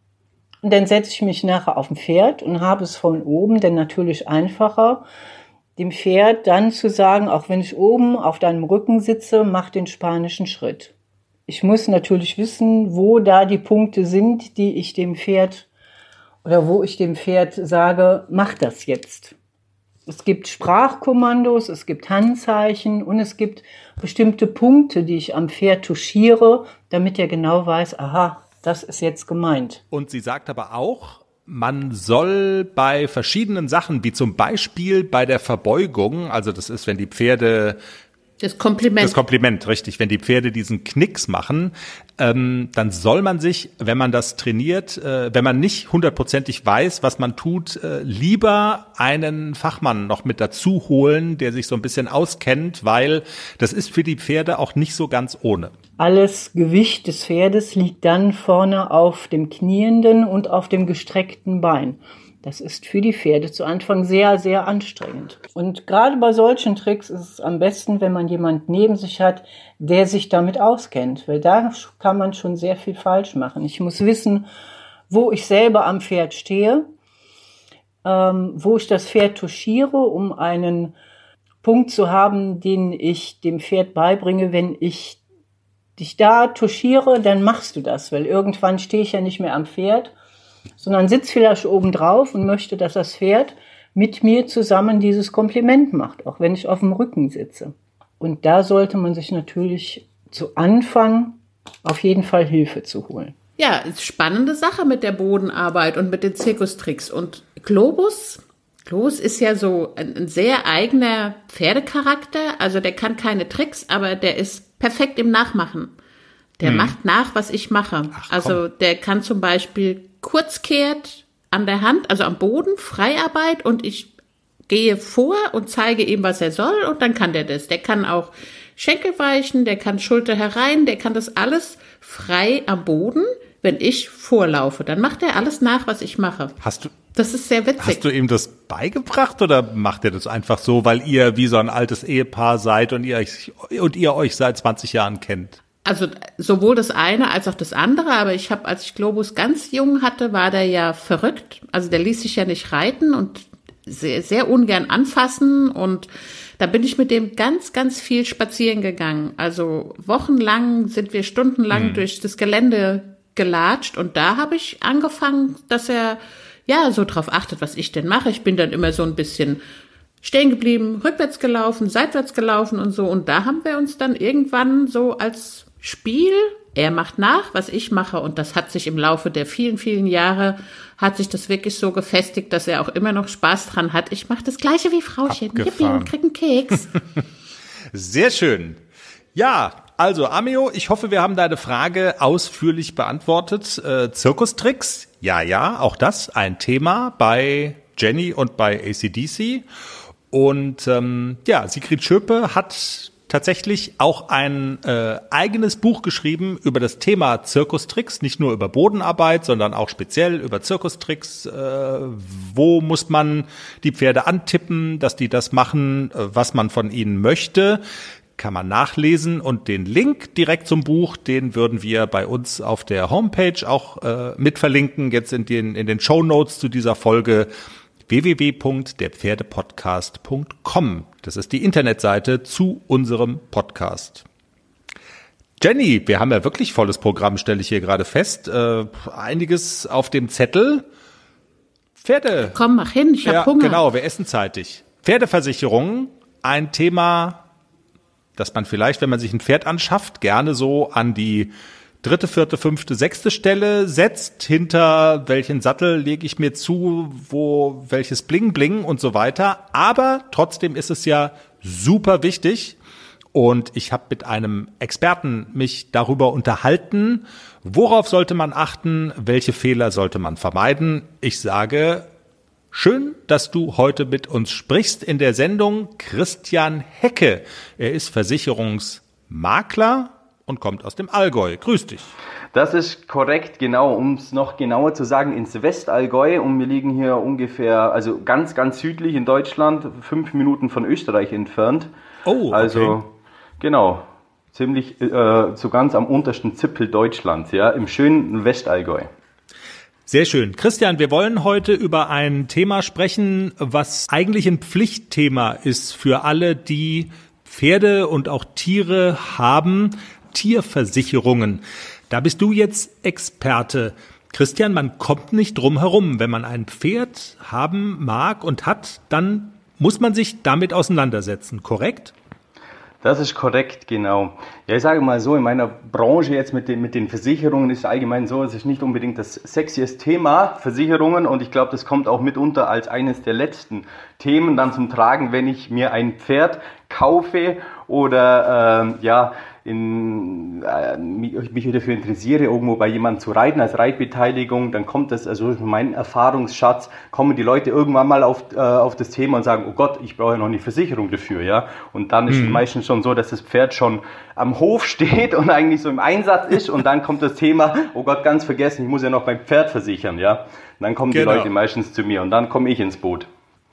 und dann setze ich mich nachher auf dem Pferd und habe es von oben dann natürlich einfacher, dem Pferd dann zu sagen, auch wenn ich oben auf deinem Rücken sitze, mach den spanischen Schritt. Ich muss natürlich wissen, wo da die Punkte sind, die ich dem Pferd oder wo ich dem Pferd sage, mach das jetzt. Es gibt Sprachkommandos, es gibt Handzeichen und es gibt bestimmte Punkte, die ich am Pferd touchiere, damit er genau weiß, aha, das ist jetzt gemeint. Und sie sagt aber auch, man soll bei verschiedenen Sachen, wie zum Beispiel bei der Verbeugung, also das ist, wenn die Pferde Das Kompliment. Das Kompliment, richtig. Wenn die Pferde diesen Knicks machen, ähm, dann soll man sich, wenn man das trainiert, äh, wenn man nicht hundertprozentig weiß, was man tut, äh, lieber einen Fachmann noch mit dazu holen, der sich so ein bisschen auskennt, weil das ist für die Pferde auch nicht so ganz ohne. Alles Gewicht des Pferdes liegt dann vorne auf dem knienden und auf dem gestreckten Bein. Das ist für die Pferde zu Anfang sehr, sehr anstrengend. Und gerade bei solchen Tricks ist es am besten, wenn man jemanden neben sich hat, der sich damit auskennt. Weil da kann man schon sehr viel falsch machen. Ich muss wissen, wo ich selber am Pferd stehe, ähm, wo ich das Pferd touchiere, um einen Punkt zu haben, den ich dem Pferd beibringe. Wenn ich dich da touchiere, dann machst du das. Weil irgendwann stehe ich ja nicht mehr am Pferd, sondern sitzt vielleicht oben drauf und möchte, dass das Pferd mit mir zusammen dieses Kompliment macht, auch wenn ich auf dem Rücken sitze. Und da sollte man sich natürlich zu Anfang auf jeden Fall Hilfe zu holen. Ja, spannende Sache mit der Bodenarbeit und mit den Zirkustricks. Und Globus, Globus ist ja so ein, ein sehr eigener Pferdecharakter. Also der kann keine Tricks, aber der ist perfekt im Nachmachen. Der hm. macht nach, was ich mache. Ach, also der kann zum Beispiel kurzkehrt an der Hand, also am Boden, Freiarbeit, und ich gehe vor und zeige ihm, was er soll, und dann kann der das. Der kann auch Schenkel weichen, der kann Schulter herein, der kann das alles frei am Boden, wenn ich vorlaufe. Dann macht er alles nach, was ich mache. Hast du, das ist sehr witzig. Hast du ihm das beigebracht oder macht er das einfach so, weil ihr wie so ein altes Ehepaar seid und ihr euch, und ihr euch seit zwanzig Jahren kennt? Also sowohl das eine als auch das andere, aber ich habe, als ich Globus ganz jung hatte, war der ja verrückt. Also der ließ sich ja nicht reiten und sehr, sehr ungern anfassen, und da bin ich mit dem ganz, ganz viel spazieren gegangen. Also wochenlang sind wir stundenlang mhm. durch das Gelände gelatscht, und da habe ich angefangen, dass er ja so drauf achtet, was ich denn mache. Ich bin dann immer so ein bisschen stehen geblieben, rückwärts gelaufen, seitwärts gelaufen und so, und da haben wir uns dann irgendwann so als Spiel, er macht nach, was ich mache, und das hat sich im Laufe der vielen, vielen Jahre, hat sich das wirklich so gefestigt, dass er auch immer noch Spaß dran hat. Ich mache das Gleiche wie Frauchen. Yippie, und krieg einen Keks. Sehr schön. Ja, also Amio, ich hoffe, wir haben deine Frage ausführlich beantwortet. Äh, Zirkustricks, ja, ja, auch das ein Thema bei Jenny und bei A C D C. Und ähm, ja, Sigrid Schöpe hat tatsächlich auch ein äh, eigenes Buch geschrieben über das Thema Zirkustricks, nicht nur über Bodenarbeit, sondern auch speziell über Zirkustricks. Äh, wo muss man die Pferde antippen, dass die das machen, was man von ihnen möchte? Kann man nachlesen, und den Link direkt zum Buch, den würden wir bei uns auf der Homepage auch äh, mit verlinken, jetzt in den, in den Shownotes zu dieser Folge. w w w punkt der pferdepodcast punkt com. Das ist die Internetseite zu unserem Podcast. Jenny, wir haben ja wirklich volles Programm, stelle ich hier gerade fest. Äh, einiges auf dem Zettel. Pferde. Komm, mach hin, ich hab ja, Hunger. Genau, wir essen zeitig. Pferdeversicherung, ein Thema, das man vielleicht, wenn man sich ein Pferd anschafft, gerne so an die dritte, vierte, fünfte, sechste Stelle setzt, hinter welchen Sattel lege ich mir zu, wo welches Bling Bling und so weiter. Aber trotzdem ist es ja super wichtig, und ich habe mit einem Experten mich darüber unterhalten, worauf sollte man achten, welche Fehler sollte man vermeiden. Ich sage, schön, dass du heute mit uns sprichst in der Sendung. Christian Hecke, er ist Versicherungsmakler und kommt aus dem Allgäu. Grüß dich. Das ist korrekt, genau. Um es noch genauer zu sagen, ins Westallgäu. Und wir liegen hier ungefähr, also ganz, ganz südlich in Deutschland, fünf Minuten von Österreich entfernt. Oh, okay. Also, genau, ziemlich äh, so ganz am untersten Zipfel Deutschlands, ja, im schönen Westallgäu. Sehr schön. Christian, wir wollen heute über ein Thema sprechen, was eigentlich ein Pflichtthema ist für alle, die Pferde und auch Tiere haben. Tierversicherungen. Da bist du jetzt Experte. Christian, man kommt nicht drum herum. Wenn man ein Pferd haben mag und hat, dann muss man sich damit auseinandersetzen, korrekt? Das ist korrekt, genau. Ja, ich sage mal so, in meiner Branche jetzt mit den, mit den Versicherungen ist allgemein so, es ist nicht unbedingt das sexieste Thema, Versicherungen, und ich glaube, das kommt auch mitunter als eines der letzten Themen dann zum Tragen, wenn ich mir ein Pferd kaufe oder äh, ja, in, äh, mich dafür interessiere, irgendwo bei jemandem zu reiten als Reitbeteiligung, dann kommt das, also mein Erfahrungsschatz, kommen die Leute irgendwann mal auf, äh, auf das Thema und sagen, oh Gott, ich brauche ja noch eine Versicherung dafür, ja. Und dann ist es mhm. meistens schon so, dass das Pferd schon am Hof steht und eigentlich so im Einsatz ist, und dann kommt das Thema, oh Gott, ganz vergessen, ich muss ja noch mein Pferd versichern, ja. Und dann kommen genau. die Leute meistens zu mir, und dann komme ich ins Boot.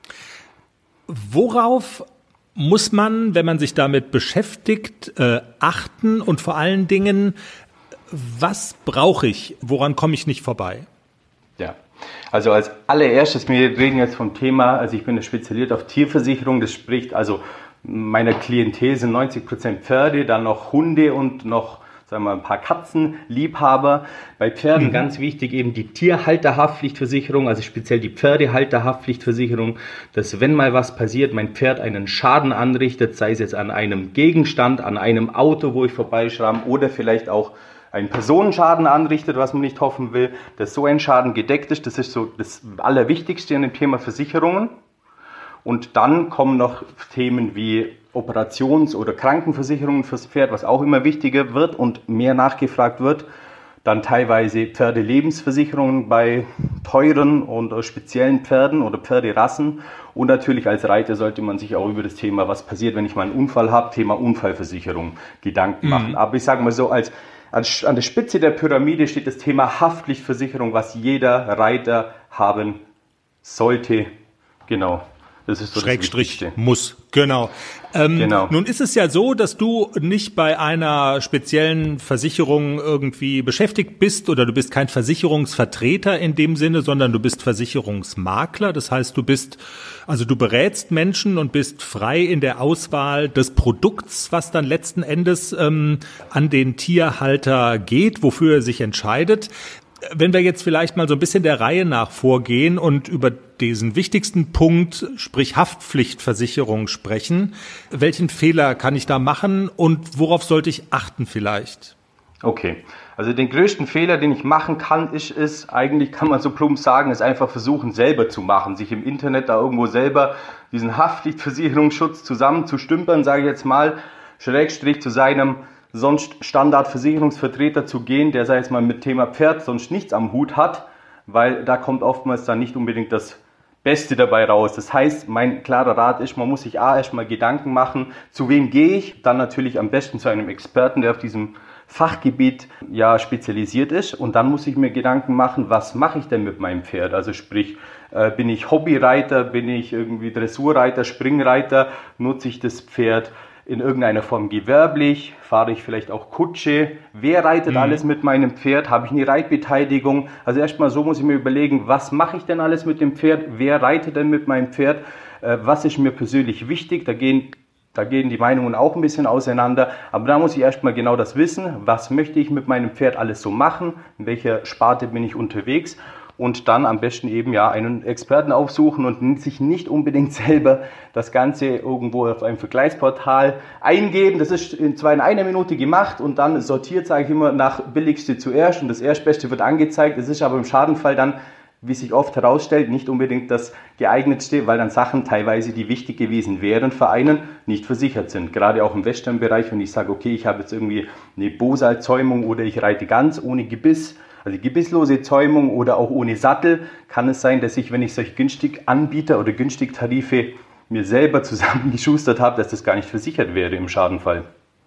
Worauf muss man, wenn man sich damit beschäftigt, äh, achten, und vor allen Dingen, was brauche ich, woran komme ich nicht vorbei? Ja, also als allererstes, wir reden jetzt vom Thema, also ich bin spezialisiert auf Tierversicherung, das spricht also, meiner Klientel sind neunzig Prozent Pferde, dann noch Hunde und noch, sagen wir mal, ein paar Katzenliebhaber. Bei Pferden mhm. ganz wichtig eben die Tierhalterhaftpflichtversicherung, also speziell die Pferdehalterhaftpflichtversicherung, dass wenn mal was passiert, mein Pferd einen Schaden anrichtet, sei es jetzt an einem Gegenstand, an einem Auto, wo ich vorbeischramm, oder vielleicht auch einen Personenschaden anrichtet, was man nicht hoffen will, dass so ein Schaden gedeckt ist. Das ist so das Allerwichtigste in dem Thema Versicherungen. Und dann kommen noch Themen wie Operations- oder Krankenversicherungen fürs Pferd, was auch immer wichtiger wird und mehr nachgefragt wird. Dann teilweise Pferdelebensversicherungen bei teuren und speziellen Pferden oder Pferderassen. Und natürlich als Reiter sollte man sich auch über das Thema, was passiert, wenn ich mal einen Unfall habe, Thema Unfallversicherung, Gedanken machen. Mhm. Aber ich sage mal so, als, als an der Spitze der Pyramide steht das Thema Haftpflichtversicherung, was jeder Reiter haben sollte. Genau. Das ist so Schrägstrich muss, genau. Ähm, genau. Nun ist es ja so, dass du nicht bei einer speziellen Versicherung irgendwie beschäftigt bist oder du bist kein Versicherungsvertreter in dem Sinne, sondern du bist Versicherungsmakler. Das heißt, du bist, also du berätst Menschen und bist frei in der Auswahl des Produkts, was dann letzten Endes ähm, an den Tierhalter geht, wofür er sich entscheidet. Wenn wir jetzt vielleicht mal so ein bisschen der Reihe nach vorgehen und über diesen wichtigsten Punkt, sprich Haftpflichtversicherung, sprechen, welchen Fehler kann ich da machen und worauf sollte ich achten vielleicht? Okay, also den größten Fehler, den ich machen kann, ist es, eigentlich kann man so plump sagen, ist einfach versuchen selber zu machen, sich im Internet da irgendwo selber diesen Haftpflichtversicherungsschutz zusammenzustümpern, sage ich jetzt mal, Schrägstrich zu seinem sonst Standardversicherungsvertreter zu gehen, der, sei jetzt mal mit Thema Pferd sonst nichts am Hut hat, weil da kommt oftmals dann nicht unbedingt das Beste dabei raus. Das heißt, mein klarer Rat ist, man muss sich A, erstmal Gedanken machen, zu wem gehe ich, dann natürlich am besten zu einem Experten, der auf diesem Fachgebiet ja spezialisiert ist, und dann muss ich mir Gedanken machen, was mache ich denn mit meinem Pferd? Also sprich, äh, bin ich Hobbyreiter, bin ich irgendwie Dressurreiter, Springreiter, nutze ich das Pferd in irgendeiner Form gewerblich, fahre ich vielleicht auch Kutsche, wer reitet mhm. alles mit meinem Pferd, habe ich eine Reitbeteiligung? Also erstmal so muss ich mir überlegen, was mache ich denn alles mit dem Pferd, wer reitet denn mit meinem Pferd, äh, was ist mir persönlich wichtig, da gehen, da gehen die Meinungen auch ein bisschen auseinander, aber da muss ich erstmal genau das wissen, was möchte ich mit meinem Pferd alles so machen, in welcher Sparte bin ich unterwegs. Und dann am besten eben ja einen Experten aufsuchen und sich nicht unbedingt selber das Ganze irgendwo auf einem Vergleichsportal eingeben. Das ist zwar in einer Minute gemacht und dann sortiert, sage ich immer, nach billigste zuerst und das erstbeste wird angezeigt. Das ist aber im Schadenfall dann, wie sich oft herausstellt, nicht unbedingt das geeignetste, weil dann Sachen teilweise, die wichtig gewesen wären für einen, nicht versichert sind. Gerade auch im Westernbereich, wenn ich sage, okay, ich habe jetzt irgendwie eine Bosalzäumung oder ich reite ganz ohne Gebiss, also gebisslose Zäumung oder auch ohne Sattel, kann es sein, dass ich, wenn ich solch günstig Anbieter oder günstig Tarife mir selber zusammengeschustert habe, dass das gar nicht versichert wäre im Schadenfall.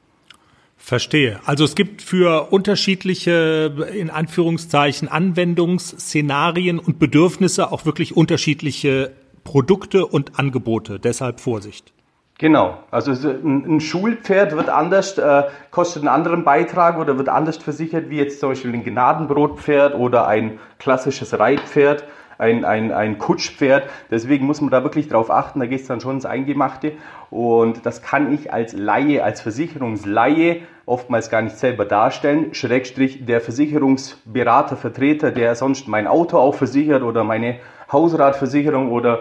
Verstehe. Also es gibt für unterschiedliche, in Anführungszeichen, Anwendungsszenarien und Bedürfnisse auch wirklich unterschiedliche Produkte und Angebote. Deshalb Vorsicht. Genau, also ein Schulpferd wird anders, äh, kostet einen anderen Beitrag oder wird anders versichert wie jetzt zum Beispiel ein Gnadenbrotpferd oder ein klassisches Reitpferd, ein, ein, ein Kutschpferd. Deswegen muss man da wirklich drauf achten, da geht es dann schon ins Eingemachte. Und das kann ich als Laie, als Versicherungsleihe oftmals gar nicht selber darstellen. Schrägstrich der Versicherungsberater, Vertreter, der sonst mein Auto auch versichert oder meine Hausratversicherung oder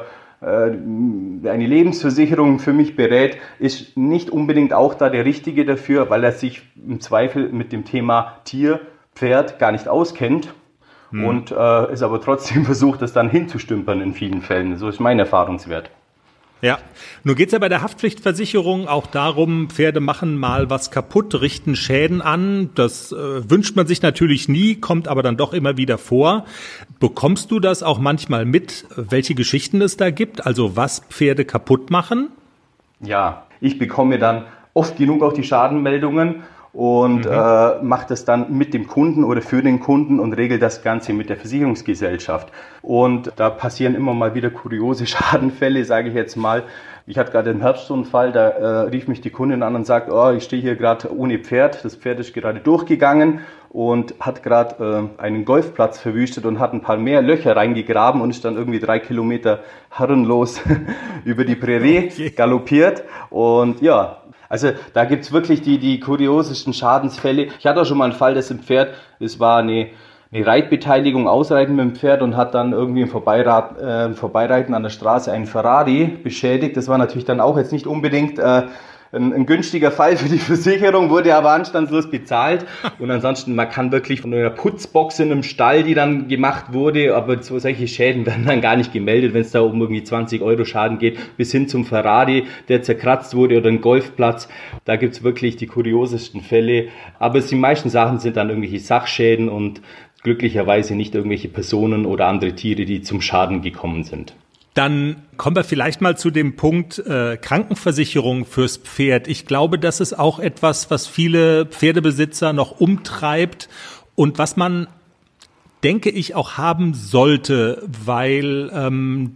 eine Lebensversicherung für mich berät, ist nicht unbedingt auch da der Richtige dafür, weil er sich im Zweifel mit dem Thema Tier, Pferd gar nicht auskennt hm. und äh, es aber trotzdem versucht, das dann hinzustümpern in vielen Fällen. So ist mein Erfahrungswert. Ja, nun geht's ja bei der Haftpflichtversicherung auch darum, Pferde machen mal was kaputt, richten Schäden an. Das äh, wünscht man sich natürlich nie, kommt aber dann doch immer wieder vor. Bekommst du das auch manchmal mit, welche Geschichten es da gibt, also was Pferde kaputt machen? Ja, ich bekomme dann oft genug auch die Schadenmeldungen und mhm. äh, macht das dann mit dem Kunden oder für den Kunden und regelt das Ganze mit der Versicherungsgesellschaft. Und da passieren immer mal wieder kuriose Schadenfälle, sage ich jetzt mal. Ich hatte gerade im Herbst so einen Fall, da äh, rief mich die Kundin an und sagt, oh, ich stehe hier gerade ohne Pferd, das Pferd ist gerade durchgegangen und hat gerade äh, einen Golfplatz verwüstet und hat ein paar mehr Löcher reingegraben und ist dann irgendwie drei Kilometer herrenlos über die Prärie okay. galoppiert. Und ja, also da gibt's wirklich die, die kuriosesten Schadensfälle. Ich hatte auch schon mal einen Fall, dass ein Pferd, es war eine, eine Reitbeteiligung, Ausreiten mit dem Pferd und hat dann irgendwie im Vorbeirad, äh, Vorbeireiten an der Straße einen Ferrari beschädigt. Das war natürlich dann auch jetzt nicht unbedingt äh, ein, ein günstiger Fall für die Versicherung, wurde aber anstandslos bezahlt. Und ansonsten, man kann wirklich von einer Putzbox in einem Stall, die dann gemacht wurde, aber so solche Schäden werden dann gar nicht gemeldet, wenn es da um irgendwie zwanzig Euro Schaden geht, bis hin zum Ferrari, der zerkratzt wurde oder ein Golfplatz. Da gibt's wirklich die kuriosesten Fälle. Aber die meisten Sachen sind dann irgendwelche Sachschäden und glücklicherweise nicht irgendwelche Personen oder andere Tiere, die zum Schaden gekommen sind. Dann kommen wir vielleicht mal zu dem Punkt äh, Krankenversicherung fürs Pferd. Ich glaube, das ist auch etwas, was viele Pferdebesitzer noch umtreibt und was man, denke ich, auch haben sollte, weil ähm,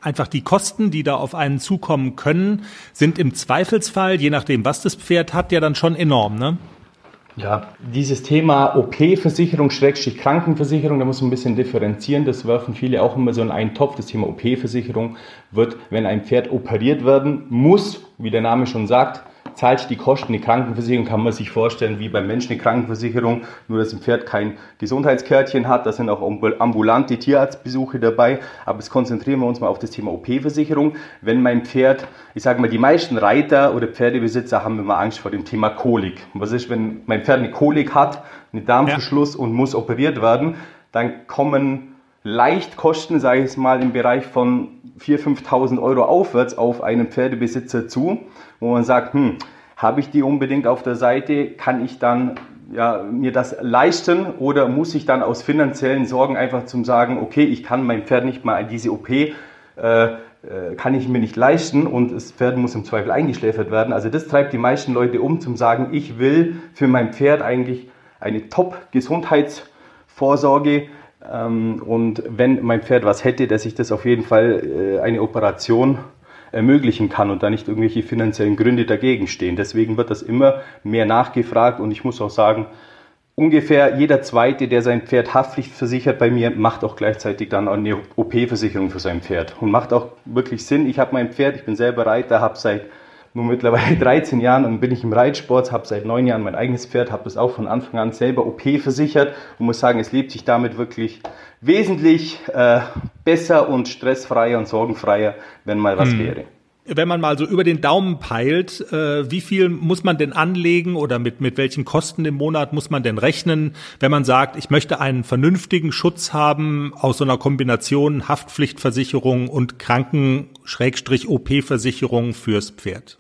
einfach die Kosten, die da auf einen zukommen können, sind im Zweifelsfall, je nachdem, was das Pferd hat, ja dann schon enorm, ne? Ja, dieses Thema O P-Versicherung, Schrägstrich Krankenversicherung, da muss man ein bisschen differenzieren. Das werfen viele auch immer so in einen Topf. Das Thema O P-Versicherung wird, wenn ein Pferd operiert werden muss, wie der Name schon sagt, zahlt die Kosten. Die Krankenversicherung kann man sich vorstellen wie beim Menschen eine Krankenversicherung, nur dass ein Pferd kein Gesundheitskärtchen hat. Da sind auch ambulante Tierarztbesuche dabei. Aber jetzt konzentrieren wir uns mal auf das Thema O P-Versicherung. Wenn mein Pferd, ich sage mal, die meisten Reiter oder Pferdebesitzer haben immer Angst vor dem Thema Kolik. Was ist, wenn mein Pferd eine Kolik hat, einen Darmverschluss ja. und muss operiert werden, dann kommen leicht Kosten, sage ich es mal, im Bereich von viertausend, fünftausend Euro aufwärts auf einen Pferdebesitzer zu, wo man sagt, hm, habe ich die unbedingt auf der Seite, kann ich dann ja, mir das leisten oder muss ich dann aus finanziellen Sorgen einfach zum sagen, okay, ich kann mein Pferd nicht mal diese O P, äh, kann ich mir nicht leisten und das Pferd muss im Zweifel eingeschläfert werden. Also das treibt die meisten Leute um, zum sagen, ich will für mein Pferd eigentlich eine Top-Gesundheitsvorsorge. Und wenn mein Pferd was hätte, dass ich das auf jeden Fall eine Operation ermöglichen kann und da nicht irgendwelche finanziellen Gründe dagegen stehen. Deswegen wird das immer mehr nachgefragt und ich muss auch sagen, ungefähr jeder Zweite, der sein Pferd haftpflichtversichert bei mir, macht auch gleichzeitig dann eine O P-Versicherung für sein Pferd und macht auch wirklich Sinn. Ich habe mein Pferd, ich bin selber Reiter, habe seit nun mittlerweile dreizehn Jahren und bin ich im Reitsport, habe seit neun Jahren mein eigenes Pferd, habe das auch von Anfang an selber O P versichert und muss sagen, es lebt sich damit wirklich wesentlich äh, besser und stressfreier und sorgenfreier, wenn mal was hm. wäre. Wenn man mal so über den Daumen peilt, äh, wie viel muss man denn anlegen oder mit, mit welchen Kosten im Monat muss man denn rechnen, wenn man sagt, ich möchte einen vernünftigen Schutz haben aus so einer Kombination Haftpflichtversicherung und Kranken-O P-Versicherung fürs Pferd?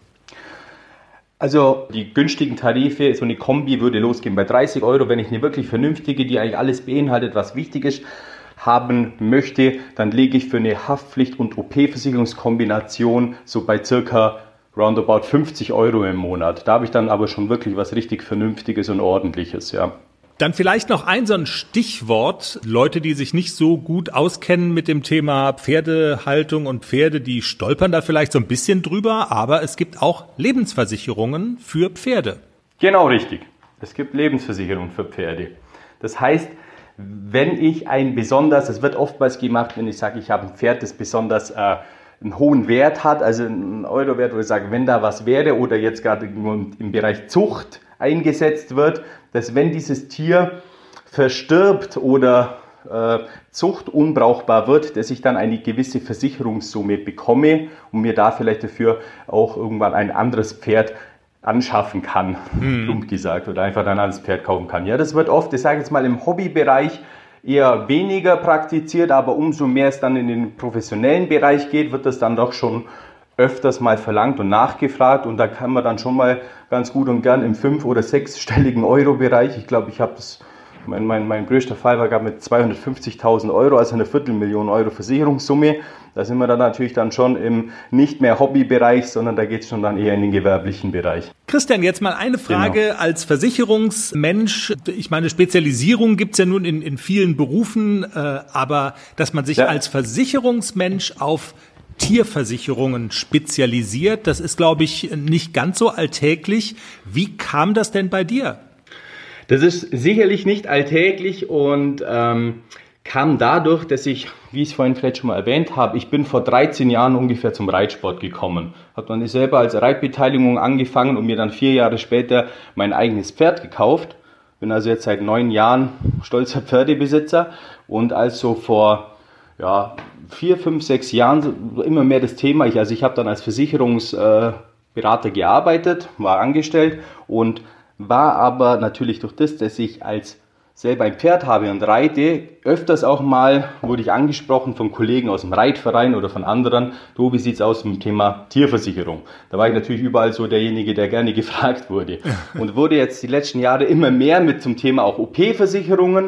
Also die günstigen Tarife, so eine Kombi würde losgehen bei dreißig Euro. Wenn ich eine wirklich vernünftige, die eigentlich alles beinhaltet, was wichtig ist, haben möchte, dann lege ich für eine Haftpflicht- und O P-Versicherungskombination so bei circa roundabout fünfzig Euro im Monat. Da habe ich dann aber schon wirklich was richtig Vernünftiges und Ordentliches, ja. Dann vielleicht noch ein so ein Stichwort. Leute, die sich nicht so gut auskennen mit dem Thema Pferdehaltung und Pferde, die stolpern da vielleicht so ein bisschen drüber, aber es gibt auch Lebensversicherungen für Pferde. Genau richtig. Es gibt Lebensversicherungen für Pferde. Das heißt, wenn ich ein besonders, das wird oftmals gemacht, wenn ich sage, ich habe ein Pferd, das besonders äh, einen hohen Wert hat, also einen Eurowert, wo ich sage, wenn da was wäre oder jetzt gerade im Bereich Zucht eingesetzt wird, dass wenn dieses Tier verstirbt oder äh, zuchtunbrauchbar wird, dass ich dann eine gewisse Versicherungssumme bekomme und mir da vielleicht dafür auch irgendwann ein anderes Pferd anschaffen kann, hm. plump gesagt, oder einfach dann ans Pferd kaufen kann. Ja, das wird oft, ich sage jetzt mal im Hobbybereich, eher weniger praktiziert, aber umso mehr es dann in den professionellen Bereich geht, wird das dann doch schon öfters mal verlangt und nachgefragt und da kann man dann schon mal ganz gut und gern im fünf- oder sechsstelligen Euro-Bereich, ich glaube, ich habe das, mein, mein, mein größter Fall war gerade mit zweihundertfünfzigtausend Euro, also eine Viertelmillion Euro Versicherungssumme. Da sind wir dann natürlich dann schon im nicht mehr Hobbybereich, sondern da geht es schon dann eher in den gewerblichen Bereich. Christian, jetzt mal eine Frage genau. Als Versicherungsmensch. Ich meine, Spezialisierung gibt's ja nun in, in vielen Berufen, äh, aber dass man sich ja. als Versicherungsmensch auf Tierversicherungen spezialisiert, das ist, glaube ich, nicht ganz so alltäglich. Wie kam das denn bei dir? Das ist sicherlich nicht alltäglich und ähm, kam dadurch, dass ich, wie ich es vorhin vielleicht schon mal erwähnt habe, ich bin vor dreizehn Jahren ungefähr zum Reitsport gekommen. Habe dann selber als Reitbeteiligung angefangen und mir dann vier Jahre später mein eigenes Pferd gekauft. Bin also jetzt seit neun Jahren stolzer Pferdebesitzer und also vor ja, vier, fünf, sechs Jahren immer mehr das Thema. Ich, also ich habe dann als Versicherungsberater gearbeitet, war angestellt und war aber natürlich durch das, dass ich als selber ein Pferd habe und reite, öfters auch mal wurde ich angesprochen von Kollegen aus dem Reitverein oder von anderen, du, wie sieht's aus mit dem Thema Tierversicherung? Da war ich natürlich überall so derjenige, der gerne gefragt wurde und wurde jetzt die letzten Jahre immer mehr mit zum Thema auch O P-Versicherungen.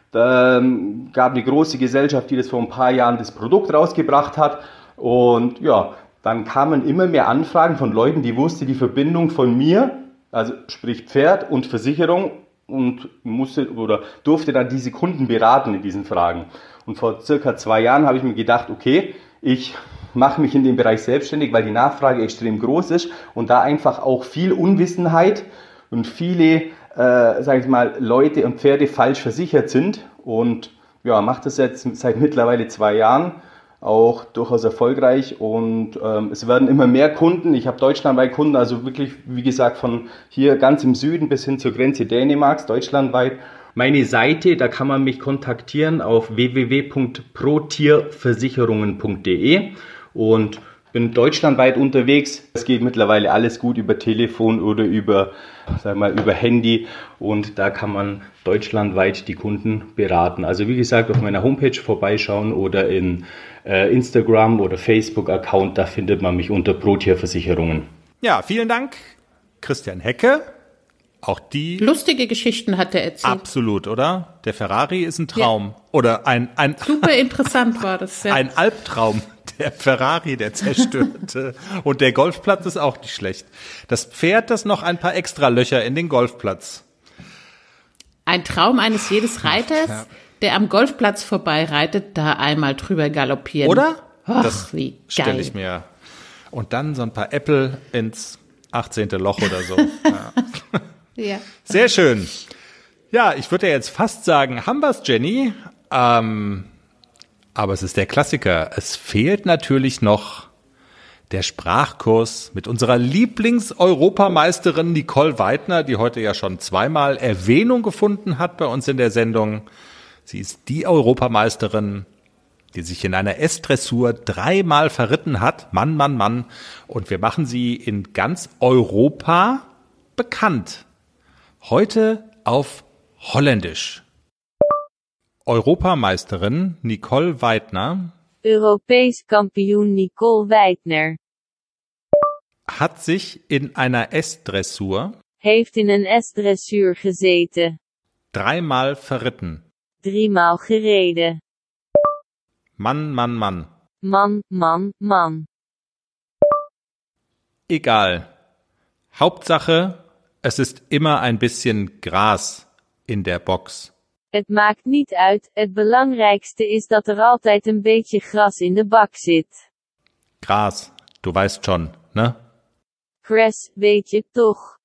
Da ähm, gab eine große Gesellschaft, die das vor ein paar Jahren das Produkt rausgebracht hat und ja, dann kamen immer mehr Anfragen von Leuten, die wussten die Verbindung von mir, also sprich Pferd und Versicherung und musste oder durfte dann diese Kunden beraten in diesen Fragen. Und vor circa zwei Jahren habe ich mir gedacht, okay, ich mache mich in dem Bereich selbstständig, weil die Nachfrage extrem groß ist und da einfach auch viel Unwissenheit und viele, äh, sag ich mal, Leute und Pferde falsch versichert sind. Und ja, mache das jetzt seit mittlerweile zwei Jahren, auch durchaus erfolgreich und ähm, es werden immer mehr Kunden. Ich habe deutschlandweit Kunden, also wirklich, wie gesagt, von hier ganz im Süden bis hin zur Grenze Dänemarks, deutschlandweit. Meine Seite, da kann man mich kontaktieren auf w w w punkt protierversicherungen punkt d e und bin deutschlandweit unterwegs. Es geht mittlerweile alles gut über Telefon oder über, sag mal, über Handy und da kann man deutschlandweit die Kunden beraten. Also wie gesagt, auf meiner Homepage vorbeischauen oder in äh, Instagram oder Facebook-Account, da findet man mich unter Protierversicherungen. Ja, vielen Dank, Christian Hecke. Auch die lustige Geschichten hat er erzählt. Absolut, oder? Der Ferrari ist ein Traum. Ja. Oder ein, ein super interessant war das. Ja. Ein Albtraum. Der Ferrari, der zerstörte. Und der Golfplatz ist auch nicht schlecht. Das Pferd, das noch ein paar extra Löcher in den Golfplatz. Ein Traum eines jedes Reiters, ja. der am Golfplatz vorbeireitet, da einmal drüber galoppieren. Oder? Och, das wie stelle ich mir. Und dann so ein paar Äpfel ins achtzehnte Loch oder so. Ja. Ja. Sehr schön. Ja, ich würde ja jetzt fast sagen, haben wir's, Jenny. Ähm, aber es ist der Klassiker. Es fehlt natürlich noch der Sprachkurs mit unserer Lieblings-Europameisterin Nicole Weidner, die heute ja schon zweimal Erwähnung gefunden hat bei uns in der Sendung. Sie ist die Europameisterin, die sich in einer S-Dressur dreimal verritten hat. Mann, Mann, Mann. Und wir machen sie in ganz Europa bekannt. Heute auf Holländisch. Europameisterin Nicole Weidner. Europees kampioen Nicole Weidner. Hat sich in einer S-Dressur. Heeft in een S-dressuur gezeten. Dreimal verritten. Driemaal gereden. Mann, Mann, Mann. Man, man, man. Egal. Hauptsache, es ist immer ein bisschen Gras in der Box. Het maakt niet uit, het belangrijkste is dat er altijd een beetje gras in de bak zit. Gras, du weißt schon, ne? Gras, weet je toch.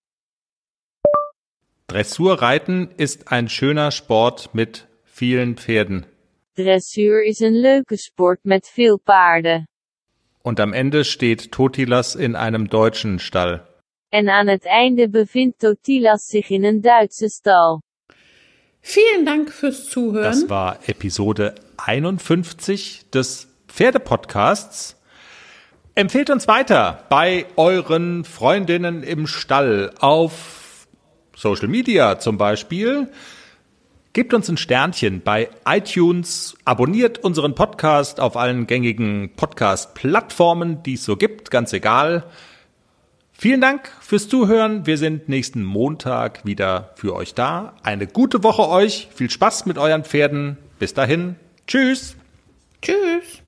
Dressurreiten ist ein schöner Sport mit vielen Pferden. Dressuur is een leuke sport met veel paarden. Und am Ende steht Totilas in einem deutschen Stall. En aan het einde bevindt Totilas zich in een Duitse stal. Vielen Dank fürs Zuhören. Das war Episode einundfünfzig des Pferdepodcasts. Empfehlt uns weiter bei euren Freundinnen im Stall auf Social Media zum Beispiel. Gebt uns ein Sternchen bei iTunes, abonniert unseren Podcast auf allen gängigen Podcast-Plattformen, die es so gibt, ganz egal. Vielen Dank fürs Zuhören. Wir sind nächsten Montag wieder für euch da. Eine gute Woche euch. Viel Spaß mit euren Pferden. Bis dahin. Tschüss. Tschüss.